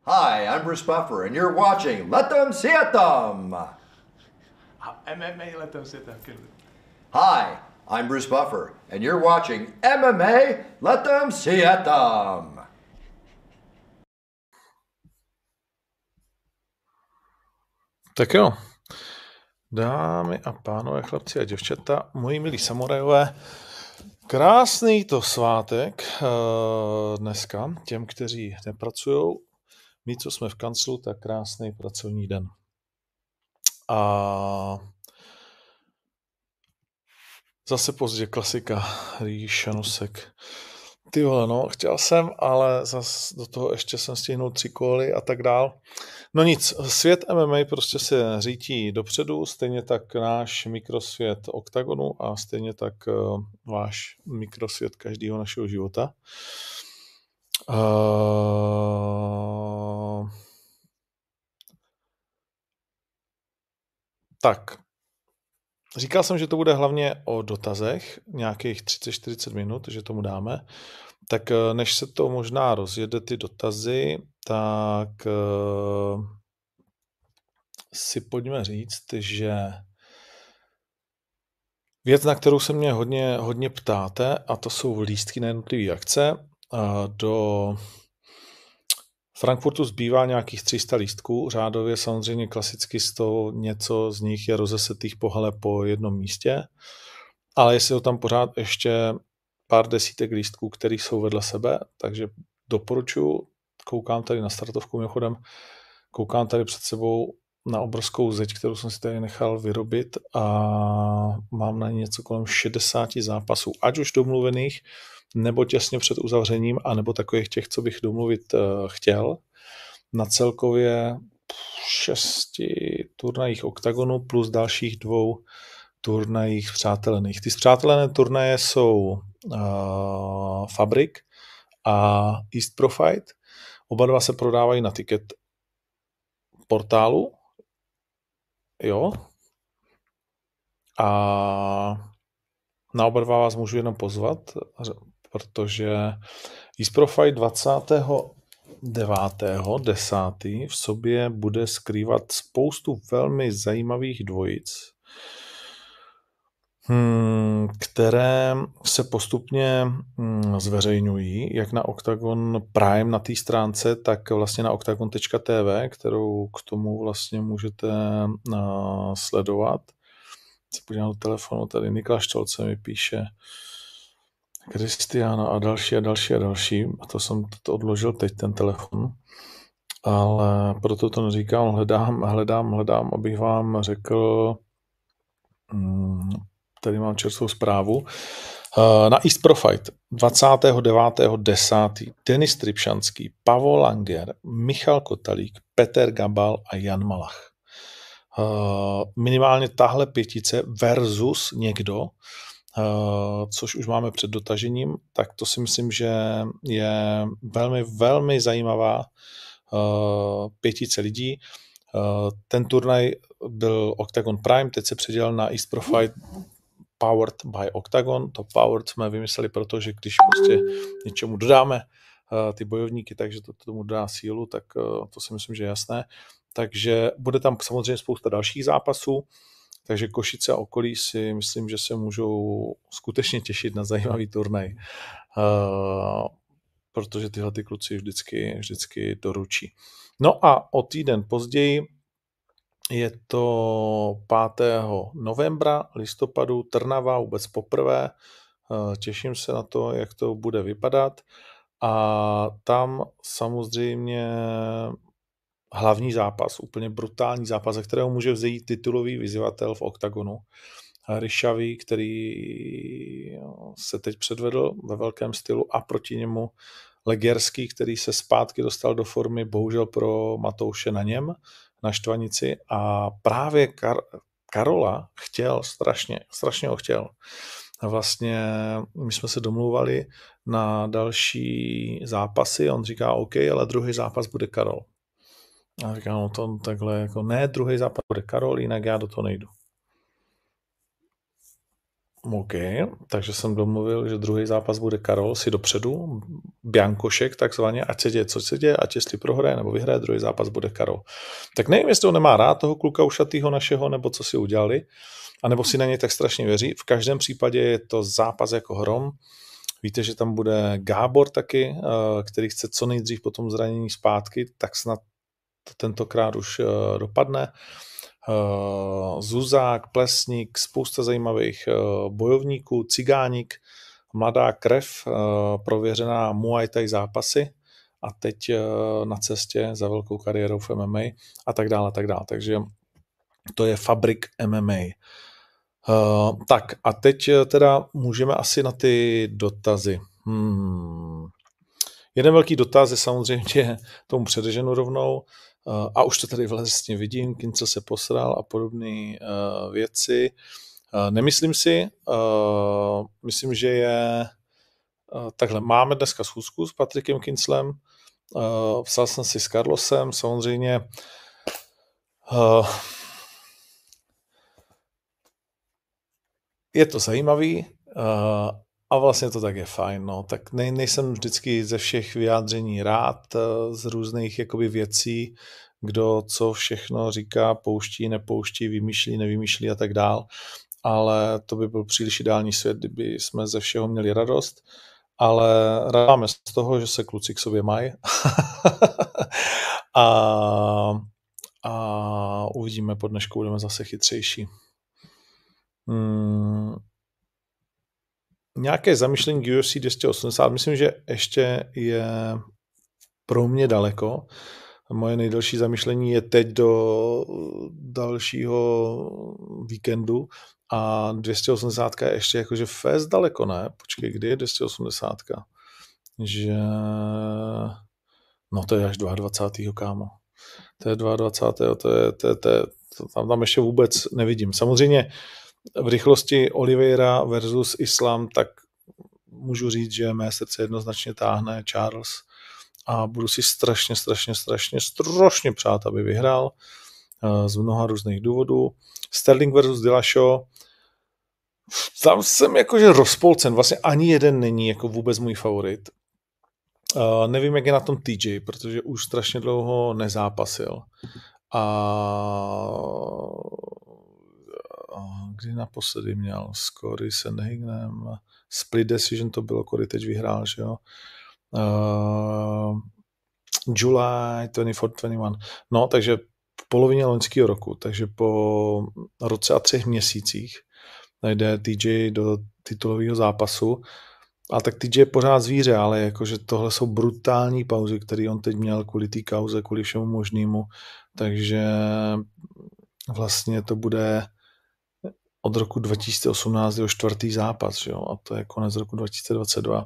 Hi, I'm Bruce Buffer, and you're watching Let Them See It Them! MMA letem szépen kerül. Hi, I'm Bruce Buffer, and you're watching MMA Let Them See It Them! Tak jo, dámy a pánové, chlapci a děvčata, moji milí samurajové, krásný to svátek dneska těm, kteří nepracují. My, co jsme v kanclu, tak krásný pracovní den. A zase pozdě klasika, Rýša Nosek. Ty vole, no, chtěl jsem, ale zas do toho ještě jsem stihnul 3 koly a tak dál. No nic, svět MMA prostě se řítí dopředu, stejně tak náš mikrosvět OKTAGONu a stejně tak váš mikrosvět každého našeho života. Tak, říkal jsem, že to bude hlavně o dotazech, nějakých 30-40 minut, že tomu dáme. Tak než se to možná rozjede ty dotazy, tak si pojďme říct, že věc, na kterou se mě hodně ptáte, a to jsou lístky na jednotlivé akce. Do Frankfurtu zbývá nějakých 300 lístků, řádově samozřejmě klasicky 100, něco z nich je rozesetých po jednom místě, ale jestli tam pořád ještě pár desítek lístků, které jsou vedle sebe, takže doporučuji, koukám tady na startovku mimochodem, koukám tady před sebou na obrovskou zeď, kterou jsem si tady nechal vyrobit a mám na ní něco kolem 60 zápasů, ať už domluvených, nebo těsně před uzavřením, anebo takových těch, co bych domluvit chtěl. Na celkově 6 turnajích OKTAGONu plus dalších 2 turnajích spřátelených. Ty spřátelené turnaje jsou Fabrik a East Pro Fight. Oba dva se prodávají na ticket portálu. Jo. A na oba dva vás můžu jenom pozvat, protože East Pro Fight 29.10. v sobě bude skrývat spoustu velmi zajímavých dvojic, které se postupně zveřejňují, jak na Octagon Prime na té stránce, tak vlastně na octagon.tv, kterou k tomu vlastně můžete sledovat. Se podívám do telefonu, tady Niklas Štolce mi píše, Kristiána a další. A to jsem to odložil teď, ten telefon. Ale proto to neříkám, hledám, abych vám řekl, tady mám čerstvou zprávu. Na East Pro Fight 29.10. Denis Tripšanský, Pavol Langer, Michal Kotalík, Peter Gabal a Jan Malach. Minimálně tahle pětice versus někdo, což už máme před dotažením, tak to si myslím, že je velmi, velmi zajímavá pětice lidí. Ten turnaj byl Octagon Prime, teď se předělal na East Pro Fight Powered by Octagon. To Powered jsme vymysleli, protože když prostě něčemu dodáme ty bojovníky, takže to tomu dá sílu, tak to si myslím, že je jasné. Takže bude tam samozřejmě spousta dalších zápasů, takže Košice a okolí si myslím, že se můžou skutečně těšit na zajímavý turnaj, protože tyhle ty kluci vždycky doručí. No a o týden později je to 5. novembra, listopadu, Trnava, vůbec poprvé. Těším se na to, jak to bude vypadat. A tam samozřejmě hlavní zápas, úplně brutální zápas, ze kterého může vzejít titulový vyzývatel v OKTAGONu. Ryšavý, který se teď předvedl ve velkém stylu, a proti němu Legerský, který se zpátky dostal do formy, bohužel pro Matouše na něm, na Štvanici, a právě Karola chtěl strašně ho chtěl. Vlastně my jsme se domluvali na další zápasy, on říká OK, ale druhý zápas bude Karol. A říkám, no to takhle, jako ne, druhý zápas bude Karol, jinak já do toho nejdu. OK, takže jsem domluvil, že druhý zápas bude Karol si dopředu, Biankošek takzvaně, ať se děje, co se děje, ať jestli prohraje nebo vyhraje, druhý zápas bude Karol. Tak nevím, jestli on nemá rád toho kluka ušatýho našeho, nebo co si udělali, anebo si na něj tak strašně věří. V každém případě je to zápas jako hrom. Víte, že tam bude Gábor taky, který chce co nejdřív po tom zranění zpátky, tak snad to tentokrát už dopadne. Zuzák, Plesník, spousta zajímavých bojovníků, Cigáník, mladá krev, prověřená Muay Thai zápasy a teď na cestě za velkou kariérou v MMA a tak dále, tak dále. Takže to je Fabrik MMA. Tak a teď teda můžeme asi na ty dotazy. Jeden velký dotaz je samozřejmě tomu předeženu rovnou a už to tady vlastně vidím, Kinco se posral a podobné věci. Nemyslím si, myslím, že je takhle. Máme dneska schůzku s Patrikem Kinclem, psal jsem si s Carlosem, samozřejmě je to zajímavý a vlastně to tak je fajn. No. Tak nejsem vždycky ze všech vyjádření rád, z různých jakoby věcí, kdo co všechno říká, pouští, nepouští, vymýšlí, nevymýšlí a tak dál. Ale to by byl příliš ideální svět, kdyby jsme ze všeho měli radost. Ale rádáme z toho, že se kluci k sobě mají. a uvidíme, po dnešku budeme zase chytřejší. Nějaké zamýšlení k UFC 280, myslím, že ještě je pro mě daleko. Moje nejdelší zamýšlení je teď do dalšího víkendu a 280 je ještě jakože fest daleko, ne? Počkej, kdy je 280? Že... No to je až 22. kámo. To je 22. Tam ještě vůbec nevidím. Samozřejmě v rychlosti Oliveira versus Islam, tak můžu říct, že mé srdce jednoznačně táhne Charles a budu si strašně přát, aby vyhrál z mnoha různých důvodů. Sterling versus Dillashaw, tam jsem jakože rozpolcen, vlastně ani jeden není jako vůbec můj favorit. Nevím, jak je na tom TJ, protože už strašně dlouho nezápasil. Kdy naposledy měl s Corey Sandhagnem, split decision to bylo, Corey teď vyhrál, že jo. July 24-21. No, takže v polovině loňského roku, takže po roce a 3 měsících jde TJ do titulového zápasu. A tak TJ je pořád zvíře, ale jakože tohle jsou brutální pauzy, které on teď měl kvůli té kauze, kvůli všemu možnému. Takže vlastně to bude od roku 2018 jeho 4. zápas, jo? A to je konec roku 2022.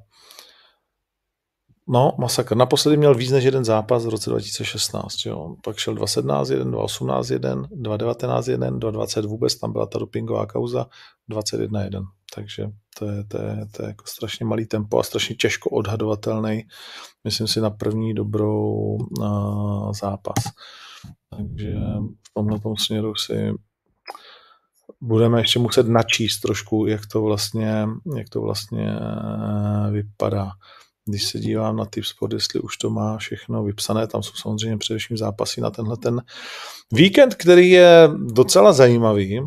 No, masakr. Naposledy měl víc než jeden zápas v roce 2016, jo? Pak šel 2017-1, 2018-1, 2019-1, 2020 vůbec, tam byla ta dopingová kauza, 21-1. Takže to je jako strašně malý tempo a strašně těžko odhadovatelný, myslím si, na první dobrou zápas. Takže v tomhle směru si budeme ještě muset načíst trošku, jak to vlastně vypadá. Když se dívám na Tipsport, jestli už to má všechno vypsané, tam jsou samozřejmě především zápasy na tenhle ten víkend, který je docela zajímavý,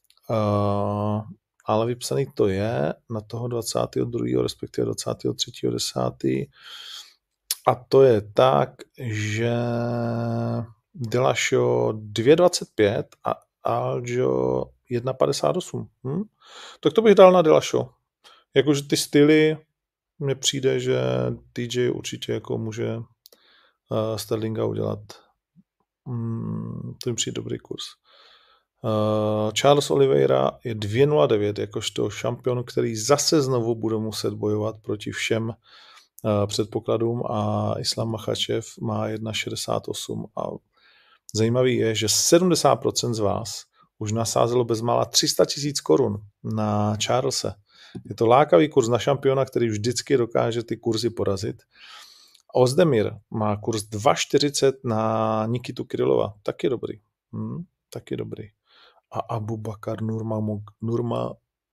ale vypsaný to je na toho 22. respektive 23.10. A to je tak, že Dillashaw 2.25 a Aljo 1.58. Tak to bych dal na Dillashaw. Jakože ty styly, mně přijde, že TJ určitě jako může Sterlinga udělat. To mi přijde dobrý kurz. Charles Oliveira je 2.09 jakožto šampion, který zase znovu bude muset bojovat proti všem předpokladům a Islam Makhachev má 1.68 a zajímavý je, že 70% z vás už nasázelo bezmála 300 000 korun na Charlese. Je to lákavý kurz na šampiona, který vždycky dokáže ty kurzy porazit. Ozdemir má kurz 2.40 na Nikitu Krylova. Taky dobrý. Taky dobrý. A Abu Bakar Nurmagomedov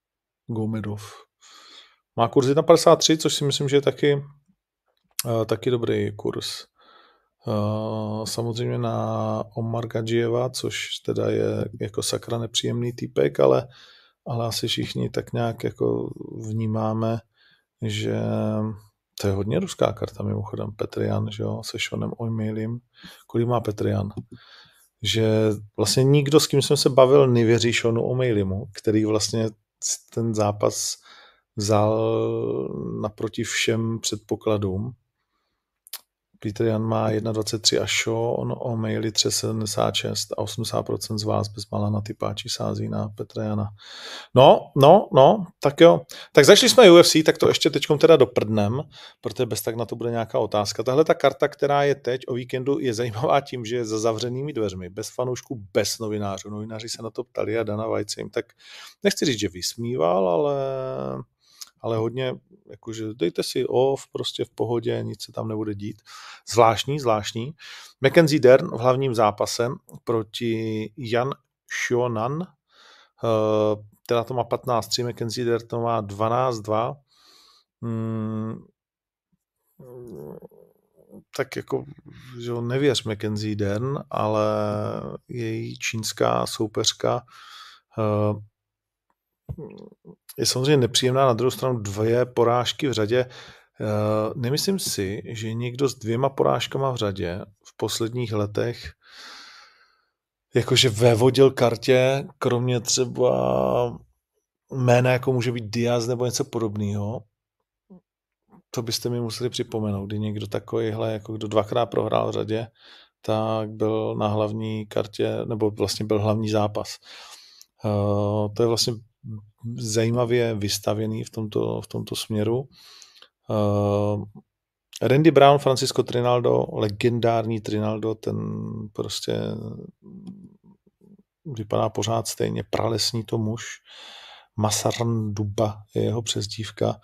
Gomedov. Má kurz 1,53, což si myslím, že je taky dobrý kurz. Samozřejmě na Omar Gadžieva, což teda je jako sakra nepříjemný týpek, ale asi všichni tak nějak jako vnímáme, že to je hodně ruská karta mimochodem. Petrian, že jo, se Seanem O'Malleyem. Kolik má Petrian? Že vlastně nikdo, s kým jsem se bavil, nevěří Seanu O'Malleymu, který vlastně ten zápas vzal naproti všem předpokladům. Peter Jan má 1,23 a Sean O'Malley 3,76 a 80% z vás bezmála na typáči sází na Petra Jana. No, tak jo. Tak začali jsme UFC, tak to ještě teďkom teda doprdnem, protože bez tak na to bude nějaká otázka. Tahle ta karta, která je teď o víkendu, je zajímavá tím, že je za zavřenými dveřmi, bez fanoušků, bez novinářů. Novináři se na to ptali a Dana White se jim tak, nechci říct, že vysmíval, ale hodně, jakože dejte si off, prostě v pohodě, nic se tam nebude dít. Zvláštní. Mackenzie Dern v hlavním zápase proti Jan Xiaonan, teda to má 15-3, Mackenzie Dern to má 12-2. Tak jako, že nevěř Mackenzie Dern, ale její čínská soupeřka je samozřejmě nepříjemná, na druhou stranu 2 porážky v řadě. Nemyslím si, že někdo s 2 porážkama v řadě v posledních letech jakože vévodil kartě, kromě třeba jména, jako může být Diaz nebo něco podobného. To byste mi museli připomenout, kdy někdo takovýhle, jako kdo 2krát prohrál v řadě, tak byl na hlavní kartě, nebo vlastně byl hlavní zápas. To je vlastně zajímavě vystavěný v tomto směru. Randy Brown, Francisco Trinaldo, legendární Trinaldo, ten prostě vypadá pořád stejně, pralesní to muž. Massaranduba je jeho přezdívka.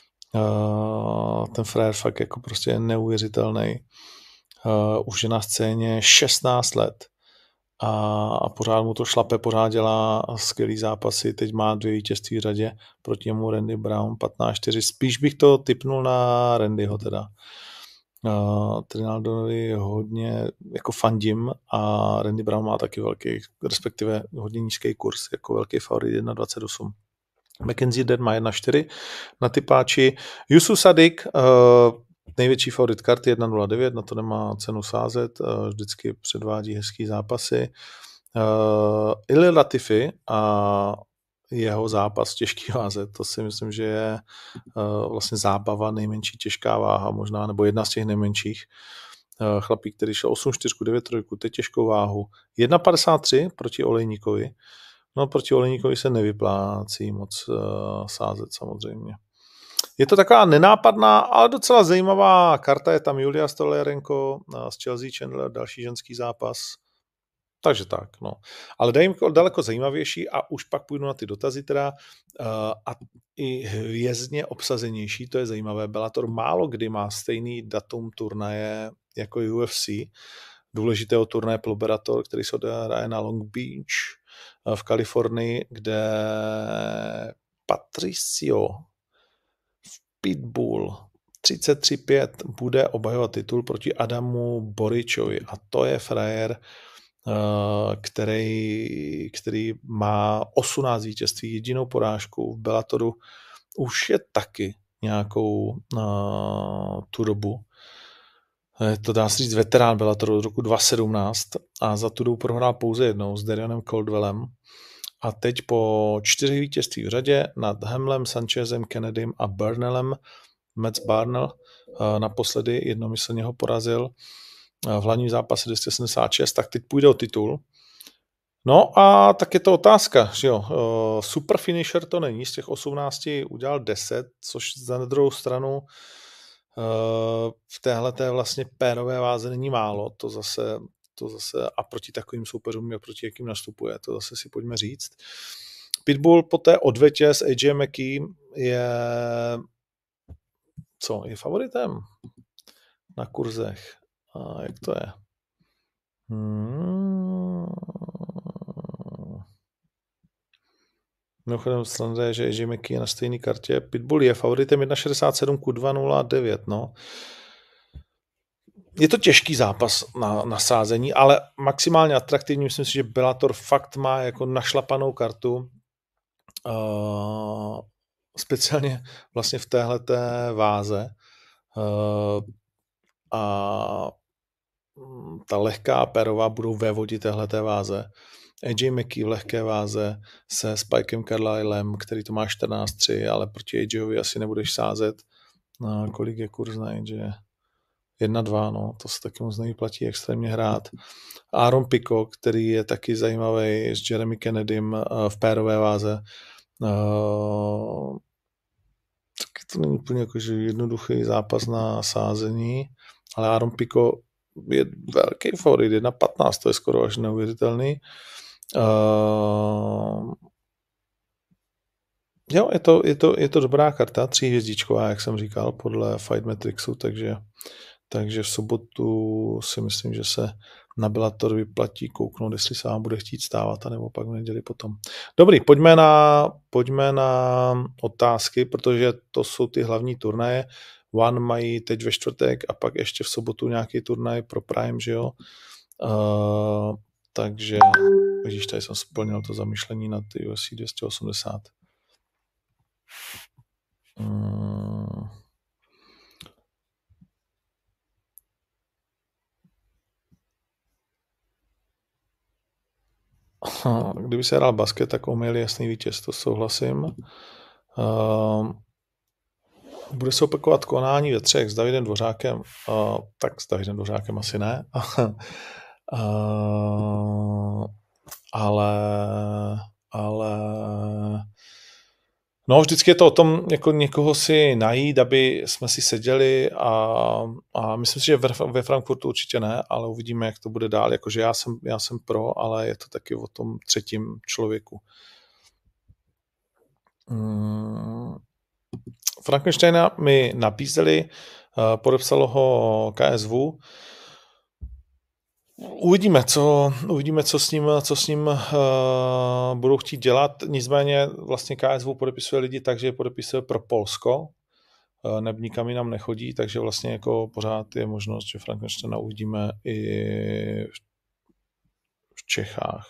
Ten frajer fakt jako prostě je neuvěřitelný. Už je na scéně 16 let a pořád mu to šlape, pořád dělá skvělý zápasy, teď má 2 vítězství v řadě, proti němu Randy Brown 15-4, spíš bych to tipnul na Randyho teda. Trinaldovi hodně jako fandím a Randy Brown má taky velký, respektive hodně nízký kurz, jako velký favorit 1,28. Mackenzie Dern má 1,4 na typáči. Yusuf Sadik, největší favorit karty 1,09, na to nemá cenu sázet, vždycky předvádí hezký zápasy. Ilir Latifi a jeho zápas těžký váze, to si myslím, že je vlastně zábava, nejmenší těžká váha možná, nebo jedna z těch nejmenších. Chlapík, který šel 8,4, 9,3, teď těžkou váhu. 1,53 proti Olejníkovi. No, proti Olejníkovi se nevyplácí moc sázet samozřejmě. Je to taková nenápadná, ale docela zajímavá karta. Je tam Julia Stolarenko z Chelsea Chandler, další ženský zápas. Takže tak, no. Ale daleko zajímavější a už pak půjdu na ty dotazy teda a i hvězdně obsazenější, to je zajímavé. Bellator málo kdy má stejný datum turnaje jako UFC, důležitého turnaje pro Bellator, který se odehraje na Long Beach v Kalifornii, kde Patricio Pitbull 33-5 bude obhajovat titul proti Adamu Boričovi a to je frajer, který má 18 vítězství, jedinou porážku v Bellatoru už je taky nějakou tu dobu. To dá se říct veterán Bellatoru od roku 2017 a za tu dobu prohrál pouze jednou s Darionem Caldwellem a teď po 4 vítězství v řadě nad Hamlem, Sanchezem, Kennedym a Burnellem Mats Barnell naposledy jednomyslně ho porazil v hlavním zápase 276, tak teď půjde o titul. No a tak je to otázka, že jo. Super finisher to není, z těch 18 udělal 10, což za druhou stranu v téhleté vlastně pérové váze není málo, to zase a proti takovým soupeřům, proti jakým nastupuje, to zase si pojďme říct. Pitbull po té odvetě s AJ McKee je favoritem na kurzech. A jak to je? Mimochodem sranda je, že AJ McKee je na stejné kartě. Pitbull je favoritem 1,67 ku 2,09, no. Je to těžký zápas na sázení, ale maximálně atraktivní. Myslím si, že Bellator fakt má jako našlapanou kartu. Speciálně vlastně v téhleté váze. A ta lehká pérová budou vévodit téhleté váze. AJ McKee v lehké váze se Spikem Carlylem, který to má 14-3, ale proti AJovi asi nebudeš sázet. Kolik je kurz na AJ? 1-2, no, to se taky moc nevyplatí extrémně hrát. Aaron Pickett, který je taky zajímavý s Jeremy Kennedym v pérové váze. Taky to není úplně jakože jednoduchý zápas na sázení, ale Aaron Pickett je velký favorit, 1,15, to je skoro až neuvěřitelný. Jo, je to dobrá karta, 3hvězdičková, jak jsem říkal, podle Fight Matrixu, takže v sobotu si myslím, že se na Bellator vyplatí kouknout, jestli se vám bude chtít stávat, anebo pak v neděli potom. Dobrý, pojďme na otázky, protože to jsou ty hlavní turnaje. One mají teď ve čtvrtek a pak ještě v sobotu nějaký turnaj pro Prime, že jo? Takže, vidíš, tady jsem splnil to zamýšlení na ty UFC 280. Kdyby se hrál basket, tak O'Malley je jasný vítěz, to souhlasím. Bude se opakovat konání ve 3 s Davidem Dvořákem, tak s Davidem Dvořákem asi ne, ale no, vždycky je to o tom, jako někoho si najít, aby jsme si seděli a myslím si, že ve Frankfurtu určitě ne, ale uvidíme, jak to bude dál. Jakože já jsem pro, ale je to taky o tom třetím člověku. Frankensteina mi nabízeli, podepsalo ho KSV. Uvidíme, co s ním budou chtít dělat. Nicméně vlastně KSV podepisuje lidi tak, že je podepisuje pro Polsko. Nikam jinam nechodí, takže vlastně jako pořád je možnost, že Frankensteina uvidíme i v Čechách.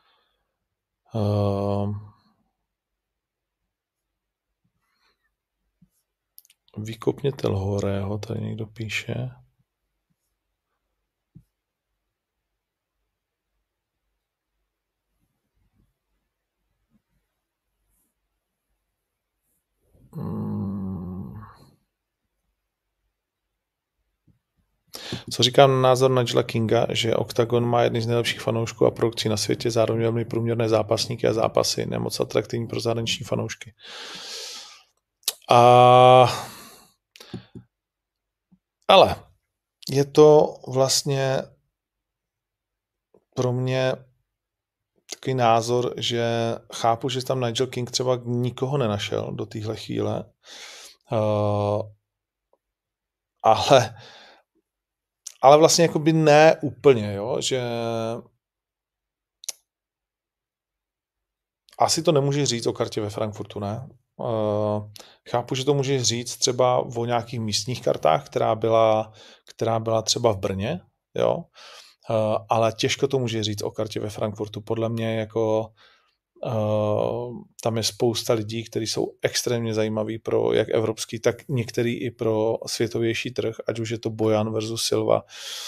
Vykopněte Lhorého, tady někdo píše. Co říkám na názor Nigela Kinga, že Octagon má jedny z nejlepších fanoušků a produkcí na světě, zároveň velmi průměrné zápasníky a zápasy, nemoc atraktivní pro zahraniční fanoušky. Ale je to vlastně pro mě takový názor, že chápu, že tam Nigel King třeba nikoho nenašel do téhle chvíle, ale vlastně jakoby ne úplně, jo? Že asi to nemůže říct o kartě ve Frankfurtu, ne? Chápu, že to může říct třeba o nějakých místních kartách, která byla třeba v Brně, jo? Ale těžko to může říct o kartě ve Frankfurtu. Podle mě jako tam je spousta lidí, kteří jsou extrémně zajímaví pro jak evropský, tak některý i pro světovější trh, ať už je to Bojan versus Silva,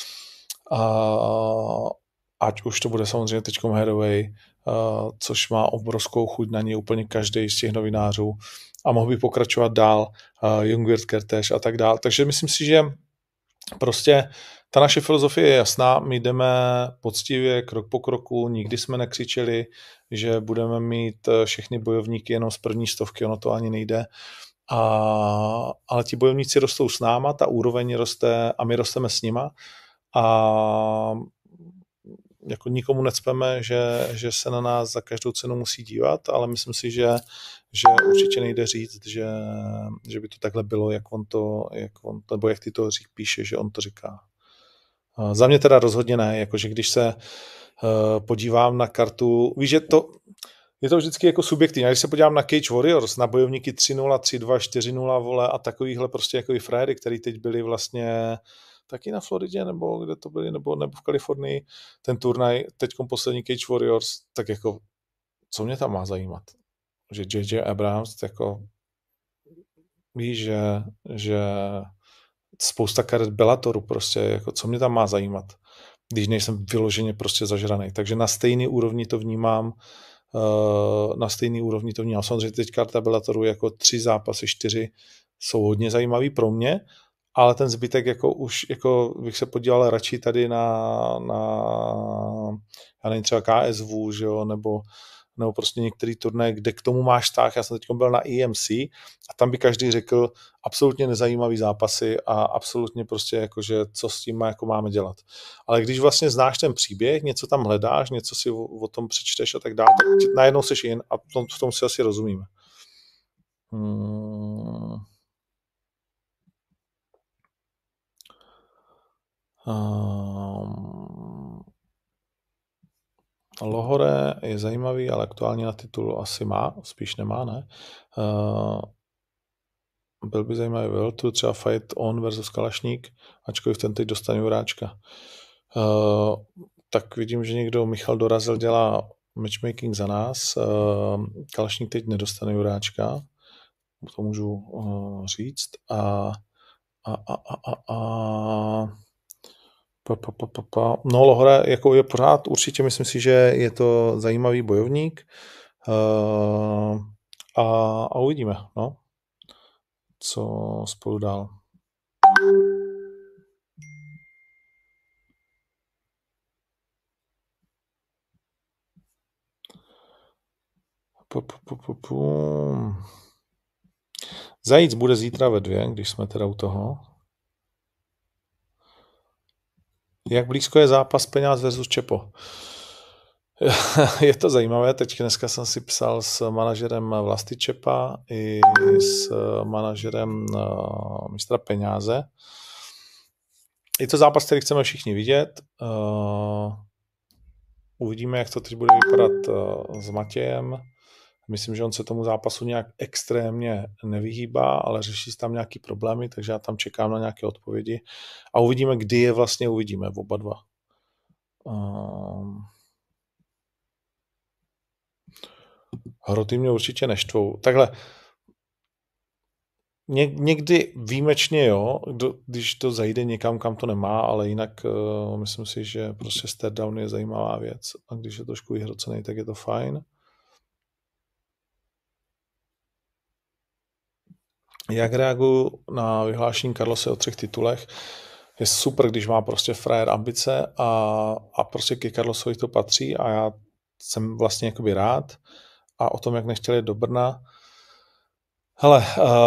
ať už to bude samozřejmě teďkom Hathaway, což má obrovskou chuť na ně úplně každý z těch novinářů a mohl by pokračovat dál, Jungwirth Kertész a tak dál. Takže myslím si, že prostě ta naše filozofie je jasná, my jdeme poctivě krok po kroku, nikdy jsme nekřičeli, že budeme mít všechny bojovníky jenom z první stovky, ono to ani nejde, ale ti bojovníci rostou s náma, ta úroveň roste a my rosteme s nima a jako nikomu necpeme, že se na nás za každou cenu musí dívat, ale myslím si, že určitě nejde říct, že by to takhle bylo, nebo jak ty to píše, že on to říká. Za mě teda rozhodně ne, jakože když se podívám na kartu, víš, že je to vždycky jako subjektivní. Když se podívám na Cage Warriors, na bojovníky 3-0, 3-2, 4-0, vole, a takovýhle prostě jako i frajery, který teď byli vlastně taky na Floridě, nebo kde to byli, nebo v Kalifornii, ten turnaj, teďkom poslední Cage Warriors, tak jako, co mě tam má zajímat? Že J.J. Abrams, jako víš, že spousta karet Bellatoru prostě, jako co mě tam má zajímat, když nejsem vyloženě prostě zažranej. Takže na stejný úrovni to vnímám, Samozřejmě teď karta Bellatoru jako 3 zápasy, 4 jsou hodně zajímavý pro mě, ale ten zbytek jako už jako bych se podíval radši tady na já nevím, třeba KSV, že jo, nebo prostě některý turné, kde k tomu máš vztah. Já jsem teď byl na EMC a tam by každý řekl absolutně nezajímavý zápasy a absolutně prostě jako, že co s tím jako máme dělat. Ale když vlastně znáš ten příběh, něco tam hledáš, něco si o tom přečteš a tak dále, tak najednou seš in a v tom si asi rozumíme. Lohore je zajímavý, ale aktuálně na titul asi má, spíš nemá, ne? Byl by zajímavý Veltu, třeba Fight On versus Kalašník, ačkoliv ten teď dostane Juráčka. Tak vidím, že někdo, Michal Dorazil, dělá matchmaking za nás. Kalašník teď nedostane Juráčka, to můžu říct. No, Lohora jako je pořád, určitě myslím si, že je to zajímavý bojovník a uvidíme, no, co spolu dál. Zajíc bude zítra ve 2, když jsme teda u toho. Jak blízko je zápas Peňáz versus Čepo? Je to zajímavé, teď dneska jsem si psal s manažerem Vlasty Čepa i s manažerem mistra Peňáze. Je to zápas, který chceme všichni vidět. Uvidíme, jak to teď bude vypadat s Matějem. Myslím, že on se tomu zápasu nějak extrémně nevyhýbá, ale řeší tam nějaký problémy, takže já tam čekám na nějaké odpovědi. A uvidíme, kdy je vlastně uvidíme oba dva. Hroty mě určitě neštvou. Takhle, někdy výjimečně jo, když to zajde někam, kam to nemá, ale jinak myslím si, že prostě stare down je zajímavá věc. A když je trošku vyhrocený, tak je to fajn. Jak reaguju na vyhlášení Carlose o 3 titulech? Je super, když má prostě frajer ambice a prostě ke Carlosovi to patří a já jsem vlastně jakoby rád. A o tom, jak nechtěli jít do Brna. Hele,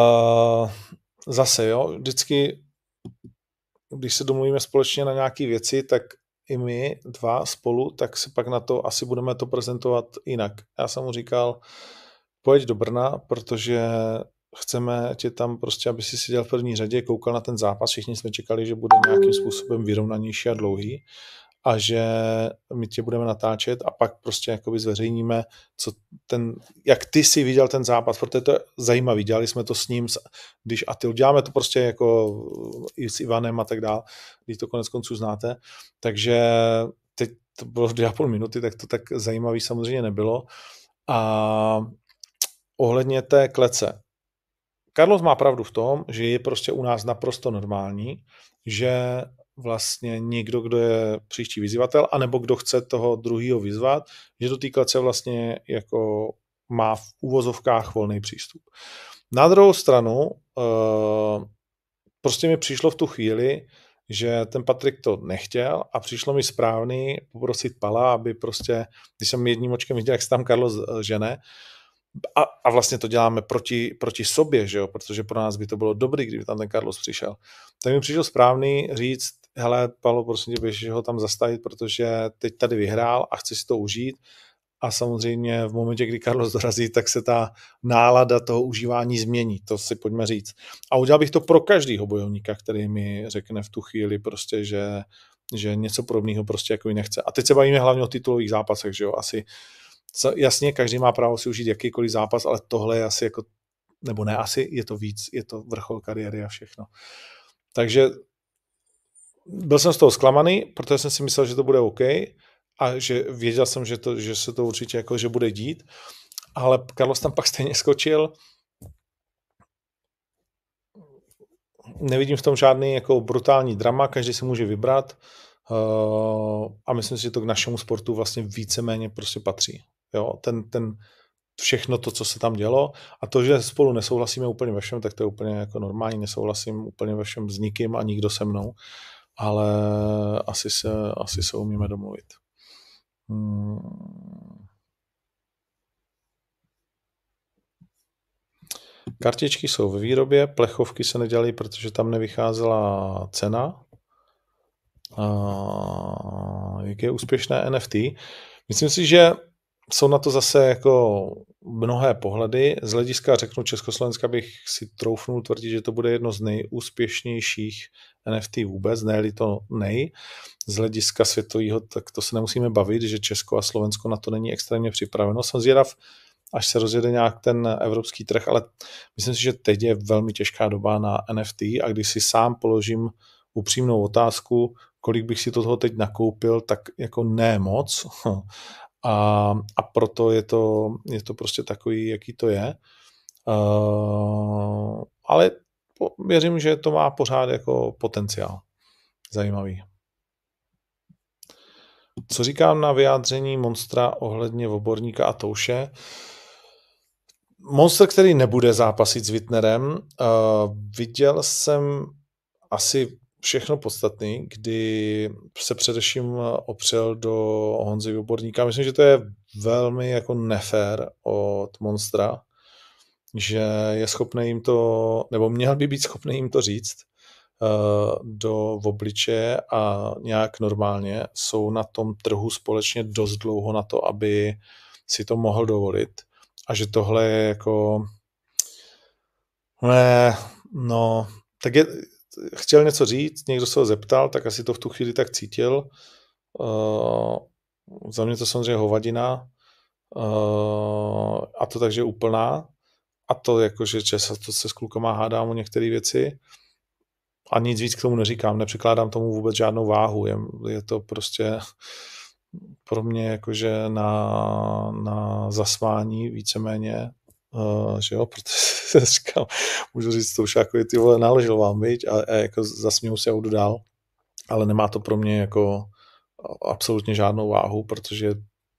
zase, jo, vždycky, když se domluvíme společně na nějaké věci, tak i my dva spolu, tak si pak na to asi budeme to prezentovat jinak. Já jsem mu říkal, pojď do Brna, protože chceme tě tam prostě, aby si seděl v první řadě, koukal na ten zápas, všichni jsme čekali, že bude nějakým způsobem vyrovnanější a dlouhý a že my tě budeme natáčet a pak prostě jakoby zveřejníme, jak ty si viděl ten zápas, protože to je zajímavý, dělali jsme to s ním, děláme to prostě jako i s Ivanem a tak dál, když to konec konců znáte, takže teď to bylo 2,5 minuty, tak to tak zajímavý samozřejmě nebylo a ohledně té klece, Carlos má pravdu v tom, že je prostě u nás naprosto normální, že vlastně někdo, kdo je příští vyzývatel, anebo kdo chce toho druhýho vyzvat, že do té klece vlastně jako má v uvozovkách volný přístup. Na druhou stranu prostě mi přišlo v tu chvíli, že ten Patrik to nechtěl a přišlo mi správný poprosit Pala, aby prostě, když jsem jedním očkem viděl, jak se tam Carlos žene, a vlastně to děláme proti sobě, že jo? Protože pro nás by to bylo dobrý, kdyby tam ten Carlos přišel. Tak mi přišel správný říct, hele, Palo, prosím tě, běž ho tam zastavit, protože teď tady vyhrál a chci si to užít. A samozřejmě v momentě, kdy Carlos dorazí, tak se ta nálada toho užívání změní, to si pojďme říct. A udělal bych to pro každýho bojovníka, který mi řekne v tu chvíli prostě, že něco podobného prostě jako nechce. A teď se bavíme hlavně o titulových zápasech, že jo, asi Jasně, každý má právo si užít jakýkoliv zápas, ale tohle je asi jako, nebo ne, asi je to víc, je to vrchol kariéry a všechno. Takže byl jsem z toho zklamaný, protože jsem si myslel, že to bude OK a že věděl jsem, že se to určitě jako, že bude dít, ale Carlos tam pak stejně skočil. Nevidím v tom žádný jako brutální drama, každý si může vybrat a myslím si, že to k našemu sportu vlastně víceméně prostě patří. Jo, ten všechno to, co se tam dělo a to, že spolu nesouhlasíme úplně ve všem, tak to je úplně jako normální, nesouhlasím úplně ve všem s nikým a nikdo se mnou, ale asi se umíme domluvit. Kartičky jsou ve výrobě, plechovky se nedělají, protože tam nevycházela cena. Jak je úspěšné NFT? Myslím si, že jsou na to zase jako mnohé pohledy. Z hlediska, řeknu Československa, bych si troufnul tvrdit, že to bude jedno z nejúspěšnějších NFT vůbec, ne-li to z hlediska světového, tak to se nemusíme bavit, že Česko a Slovensko na to není extrémně připraveno. Jsem zvědav, až se rozjede nějak ten evropský trh, ale myslím si, že teď je velmi těžká doba na NFT a když si sám položím upřímnou otázku, kolik bych si toho teď nakoupil, tak jako ne moc. A proto je to prostě takový, jaký to je. Ale věřím, že to má pořád jako potenciál. Zajímavý. Co říkám na vyjádření Monstra ohledně Oborníka a Touše? Monster, který nebude zápasit s Wittnerem, viděl jsem asi všechno podstatný, kdy se především opřel do Honzy Oborníka. Myslím, že to je velmi jako nefér od Monstra, že je schopný jim to, nebo měl by být schopný jim to říct do obličeje a nějak normálně. Jsou na tom trhu společně dost dlouho na to, aby si to mohl dovolit. A že tohle je jako tak chtěl něco říct, někdo se ho zeptal, tak asi to v tu chvíli tak cítil. Za mě to samozřejmě hovadina a to takže úplná. A to jako, že to se s klukama hádám o některé věci a nic víc k tomu neříkám, nepřikládám tomu vůbec žádnou váhu. Je to prostě pro mě jakože na zasvání víceméně, že jo, protože říkám, můžu říct to už jako ty vole, naložil vám, viď, a jako zasměju se a jdu dál, ale nemá to pro mě jako absolutně žádnou váhu, protože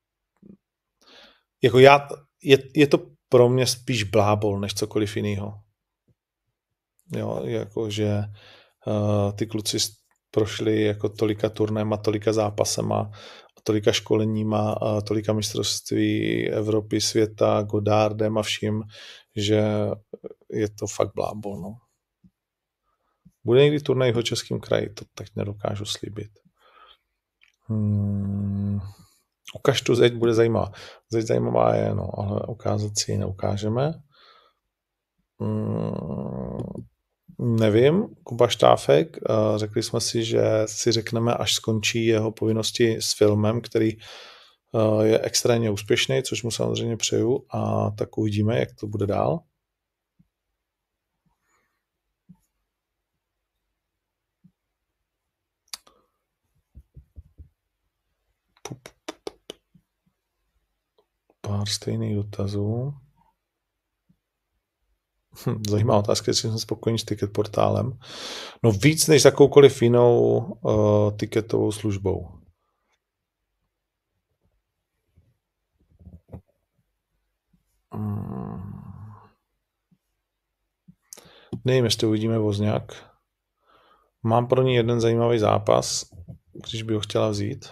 jako je to pro mě spíš blábol, než cokoliv jinýho. Jo, jakože ty kluci prošli jako tolika turnéma, tolika zápasema, tolika školeníma, tolika mistrovství Evropy, světa, Godardem a vším, že je to fakt blábol. No. Bude někdy turnaj v Českém kraji, to tak nedokážu slíbit. Ukaž tu zeď, bude zajímavá. Zeď zajímavá je, no, ale ukázat si ji neukážeme. Nevím, Kuba Štáfek, řekli jsme si, že si řekneme, až skončí jeho povinnosti s filmem, který je extrémně úspěšný, což mu samozřejmě přeju, a tak uvidíme, jak to bude dál. Pár stejných dotazů. Zajímavá otázka, jestli jsem spokojený s ticket portálem. No víc než s jakoukoliv jinou ticketovou službou. Nevím, jestli uvidíme Vozňák. Mám pro ní jeden zajímavý zápas, když by ho chtěla vzít.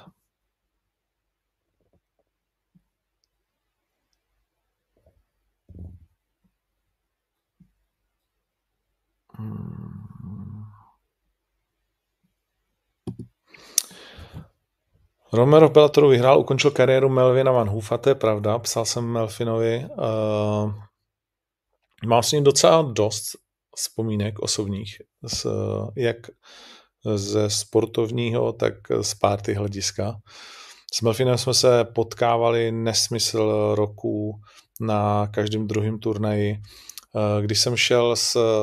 Romero v Bellatoru vyhrál, ukončil kariéru Melvina Van Hoofa, to je pravda, psal jsem Melvinovi. Mám s ním docela dost vzpomínek osobních, jak ze sportovního, tak z party hlediska. S Melfinem jsme se potkávali nesmysl roků na každém druhém turnaji. Když jsem šel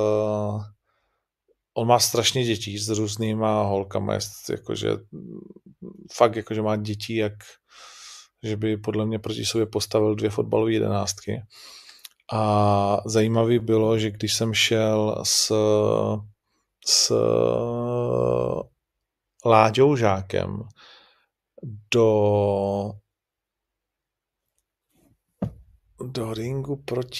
on má strašně dětí s různýma holkama, jakože fakt jakože má dětí, jak že by podle mě proti sobě postavil 2 fotbalové 11. A zajímavý bylo, že když jsem šel s Láďou Žákem do ringu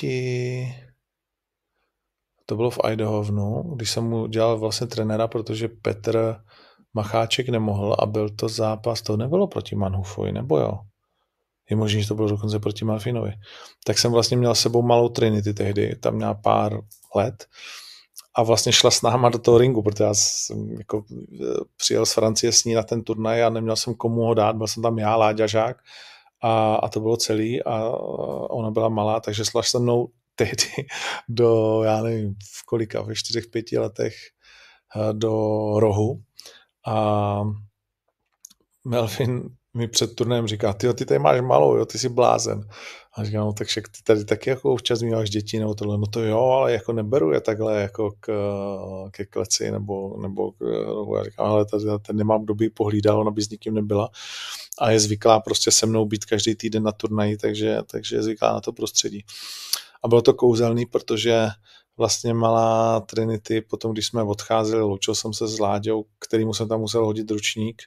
to bylo v Eidhovenu, když jsem mu dělal vlastně trenéra, protože Petr Macháček nemohl a byl to zápas, to nebylo proti Manhufovi, nebo jo? Je možné, že to bylo dokonce proti Melfinovi. Tak jsem vlastně měl s sebou malou Trinity tehdy, tam měla pár let a vlastně šla s náma do toho ringu, protože já jsem jako přijel z Francie s ní na ten turnaj a neměl jsem komu ho dát, byl jsem tam já, Láďa Žák a to bylo celý a ona byla malá, takže šla se mnou tehdy já nevím, v kolika, ve 4-5 letech do rohu a Melvin mi před turnajem říká, ty tady máš malou, jo, ty jsi blázen. A říkám, no tak však ty tady taky jako občas míváš děti nebo tohle, no to jo, ale jako neberu je takhle jako ke kleci nebo já říkám, ale tady nemám, kdo by ji pohlídal, ona by s nikým nebyla a je zvyklá prostě se mnou být každý týden na turnaji, takže je zvyklá na to prostředí. A bylo to kouzelný, protože vlastně malá Trinity, potom když jsme odcházeli, loučil jsem se s Láďou, kterýmu jsem tam musel hodit ručník,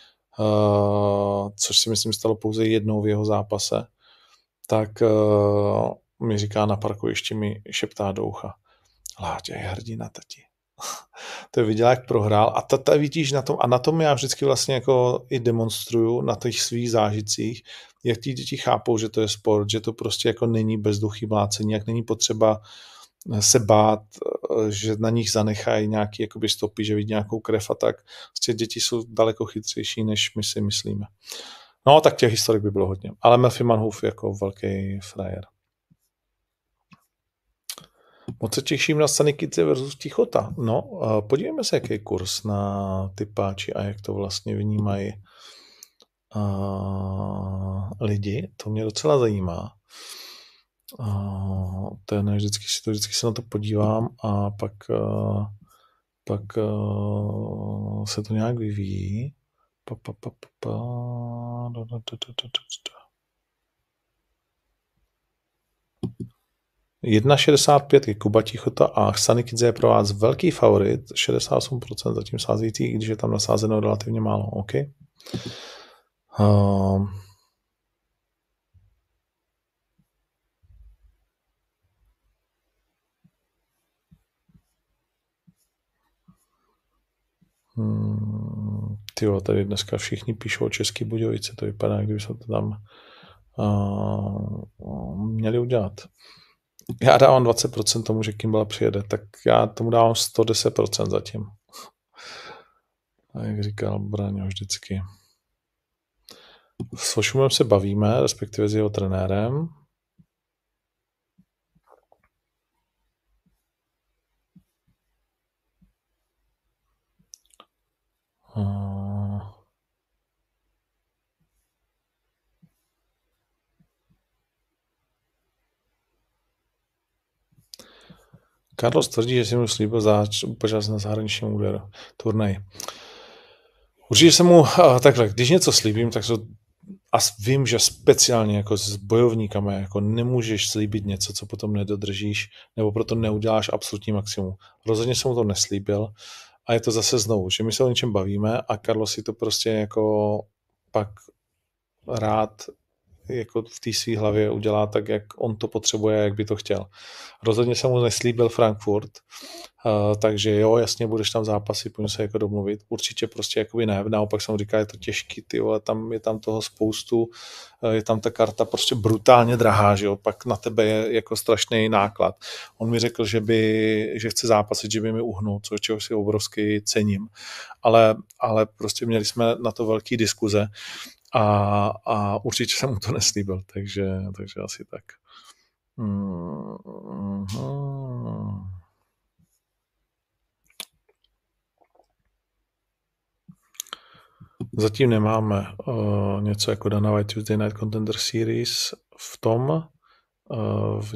což si myslím stalo pouze jednou v jeho zápase, tak mi říká na parkovišti, mi šeptá do ucha, Láďa je hrdina, tati. To je viděla, jak prohrál a tata vidíš na tom, a na tom já vždycky vlastně jako i demonstruju na těch svých zážitcích, jak ty děti chápou, že to je sport, že to prostě jako není bezduchý mlácení, jak není potřeba se bát, že na nich zanechají nějaký jakoby stopy, že vidí nějakou krev a tak. Prostě děti jsou daleko chytřejší, než my si myslíme. No, tak těch historik by bylo hodně. Ale Melfi Manhoef jako velký frajer. Moc se těším na Sanikice versus Tichota. No, podívejme se, jaký je kurz na typáči a jak to vlastně vnímají lidi. To mě docela zajímá. Vždycky se na to podívám a pak se to nějak vyvíjí. 1,65 je Kuba Tichota a Sanikidze je pro vás velký favorit, 68% zatím sázející, i když je tam nasázeno relativně málo. OK. Tyjo, tady dneska všichni píšou o Český Budějovice, to vypadá, kdyby jsme to tam měli udělat. Já dávám 20% tomu, že Kimball přijede, tak já tomu dávám 110% zatím. A jak říkal Braňo vždycky. S Ošumem se bavíme, respektive s jeho trenérem. Carlos tvrdí, že si mu slíbil účast na zahraničním turnaji. Určitě se mu takhle, když něco slíbím, tak a vím, že speciálně jako s bojovníkama jako nemůžeš slíbit něco, co potom nedodržíš, nebo proto neuděláš absolutní maximum. Rozhodně jsem mu to neslíbil a je to zase znovu, že my se o něčem bavíme a Carlos si to prostě jako pak rád jako v té své hlavě udělá tak, jak on to potřebuje, jak by to chtěl. Rozhodně jsem mu neslíbil Frankfurt, takže jo, jasně, budeš tam zápasy, pojďme se jako domluvit. Určitě prostě jakoby ne, naopak jsem říkal, je to těžký, ty vole, je tam toho spoustu, je tam ta karta prostě brutálně drahá, že jo, pak na tebe je jako strašný náklad. On mi řekl, že chce zápasit, že by mi uhnul, čeho si obrovsky cením, ale prostě měli jsme na to velký diskuze a určitě jsem mu to neslíbil, takže asi tak. Zatím nemáme něco jako Dana White Tuesday Night Contender Series v tom, v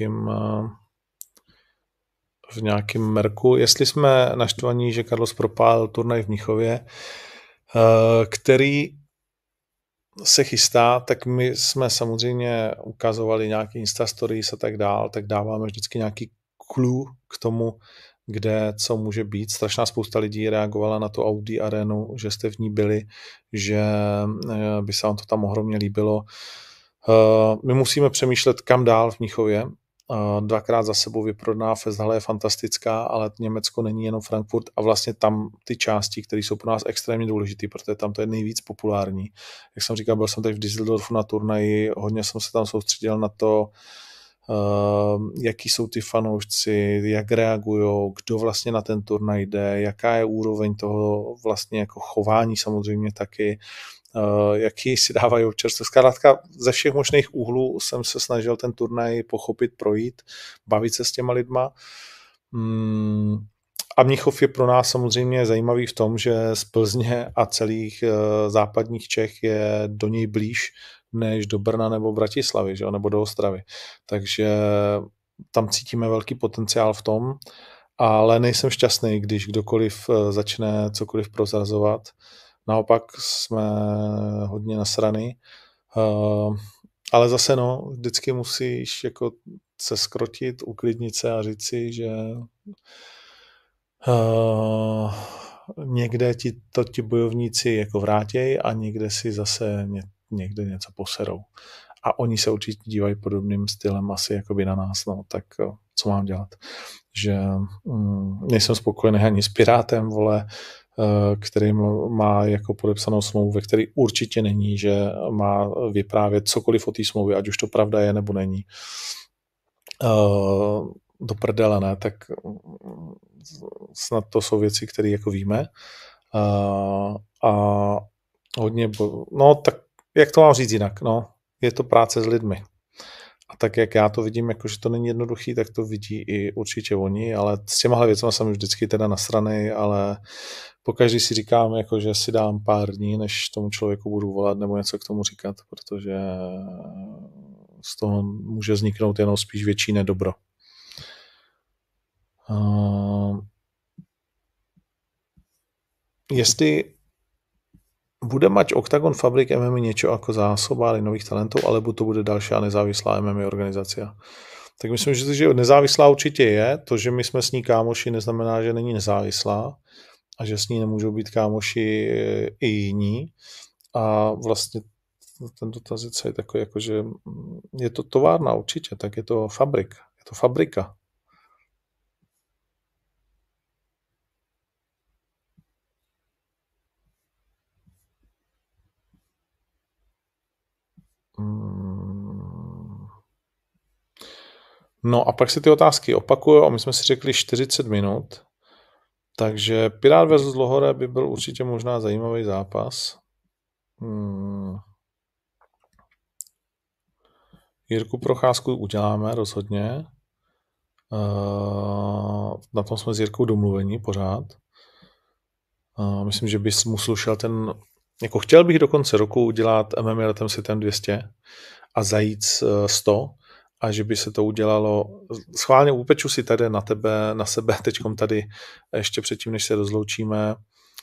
nějakém merku. Jestli jsme naštvaní, že Carlos propálil turnaj v Mnichově, který se chystá, tak my jsme samozřejmě ukazovali nějaký Insta stories a tak dál, tak dáváme vždycky nějaký clue k tomu, kde co může být. Strašná spousta lidí reagovala na tu Audi arenu, že jste v ní byli, že by se vám to tam ohromně líbilo. My musíme přemýšlet, kam dál v Mnichově. 2krát za sebou vyprodaná festhala je fantastická, ale Německo není jenom Frankfurt a vlastně tam ty části, které jsou pro nás extrémně důležité, protože tam to je nejvíc populární. Jak jsem říkal, byl jsem teď v Düsseldorfu na turnaji, hodně jsem se tam soustředil na to, jaký jsou ty fanoušci, jak reagujou, kdo vlastně na ten turnaj jde, jaká je úroveň toho vlastně jako chování samozřejmě taky, jaký si dávají občerství. Zkrátka ze všech možných úhlů jsem se snažil ten turnaj pochopit, projít, bavit se s těma lidma. A Mnichov je pro nás samozřejmě zajímavý v tom, že z Plzně a celých západních Čech je do něj blíž než do Brna nebo Bratislavy, že? Nebo do Ostravy. Takže tam cítíme velký potenciál v tom, ale nejsem šťastný, když kdokoliv začne cokoliv prozrazovat. Naopak jsme hodně nasraný. Ale zase vždycky musíš jako se skrotit, uklidnit se a říct si, že někde ti bojovníci jako vrátějí a někde si zase někde něco poserou. A oni se určitě dívají podobným stylem asi jakoby na nás, tak co mám dělat? Že nejsem spokojený ani s Pirátem, vole, který má jako podepsanou smlouvu, ve který určitě není, že má vyprávět cokoliv o té smlouvě, ať už to pravda je nebo není. Do prdele, ne, tak snad to jsou věci, které jako víme. A hodně, tak jak to mám říct jinak, je to práce s lidmi. A tak, jak já to vidím, jako, že to není jednoduchý, tak to vidí i určitě oni, ale s těmahle věcmi jsem vždycky teda nasranej, ale pokaždý si říkám, jako, že si dám pár dní, než tomu člověku budu volat nebo něco k tomu říkat, protože z toho může vzniknout jenom spíš větší nedobro. Jestli bude mať Octagon Fabric MMA niečo ako zásobári nových talentov, alebo to bude další nezávislá MMA organizácia? Tak myslím, že nezávislá určitě je. To, že my jsme s ní kámoši, neznamená, že není nezávislá a že s ní nemůžou být kámoši i jiní. A vlastně ten dotaz je takový, jako, že je to továrna určitě, tak je to fabrik. Je to fabrika. No a pak si ty otázky opakují a my jsme si řekli 40 minut, takže Pirát versus Lohore by byl určitě možná zajímavý zápas. Jirku Procházku uděláme rozhodně. Na tom jsme s Jirkou domluvení pořád. Myslím, že bys mu slušel ten... Jako chtěl bych do konce roku udělat MMA letem světem 200 a zajít 100 a že by se to udělalo... Schválně upeču si tady na sebe teďkom tady ještě předtím, než se rozloučíme,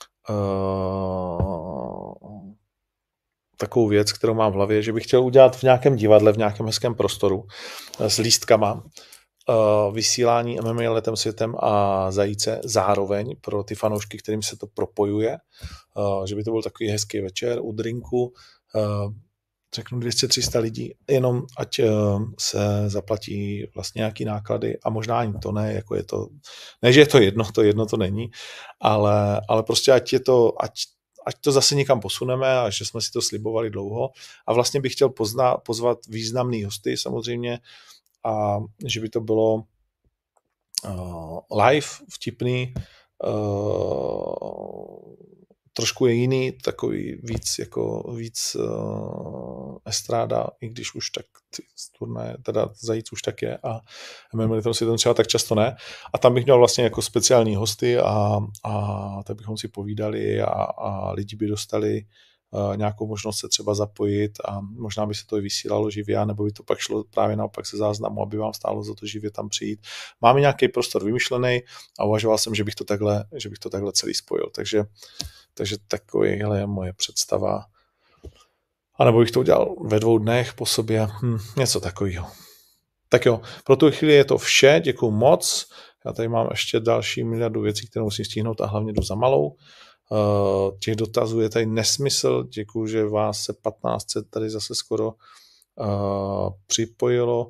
takovou věc, kterou mám v hlavě, že bych chtěl udělat v nějakém divadle, v nějakém hezkém prostoru s lístkama vysílání MMA letem světem a zajíce zároveň pro ty fanoušky, kterým se to propojuje, že by to byl takový hezký večer u drinku, řeknu 200-300 lidí, jenom ať se zaplatí vlastně nějaký náklady a možná ani to ne, jako je to, ne, že je to jedno to není, ale prostě ať to zase někam posuneme a že jsme si to slibovali dlouho a vlastně bych chtěl pozvat významný hosty samozřejmě a že by to bylo live, vtipný, trošku je jiný, takový víc estráda, i když už tak ty turnaje, teda Zajíc už tak je a MMA Letdown Světem třeba tak často ne. A tam bych měl vlastně jako speciální hosty a tak bychom si povídali a lidi by dostali nějakou možnost se třeba zapojit a možná by se to i vysílalo živě, nebo by to pak šlo právě naopak se záznamu, aby vám stálo za to živě tam přijít. Máme nějaký prostor vymyšlený a uvažoval jsem, že bych to takhle celý spojil. Takže takovýhle je moje představa. A nebo bych to udělal ve 2 dnech po sobě. Něco takového. Tak jo, pro tu chvíli je to vše. Děkuju moc. Já tady mám ještě další miliardu věcí, které musím stihnout a hlavně jdu za malou. Těch dotazů je tady nesmysl. Děkuju, že vás se 1500 tady zase skoro připojilo.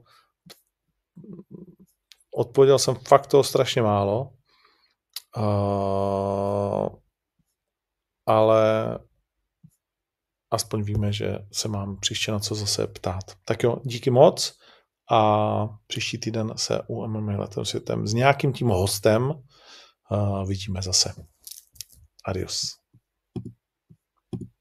Odpověděl jsem fakt toho strašně málo. Ale aspoň víme, že se mám příště na co zase ptát. Tak jo, díky moc a příští týden se u MMA Letdown Světem s nějakým tím hostem vidíme zase. Adios.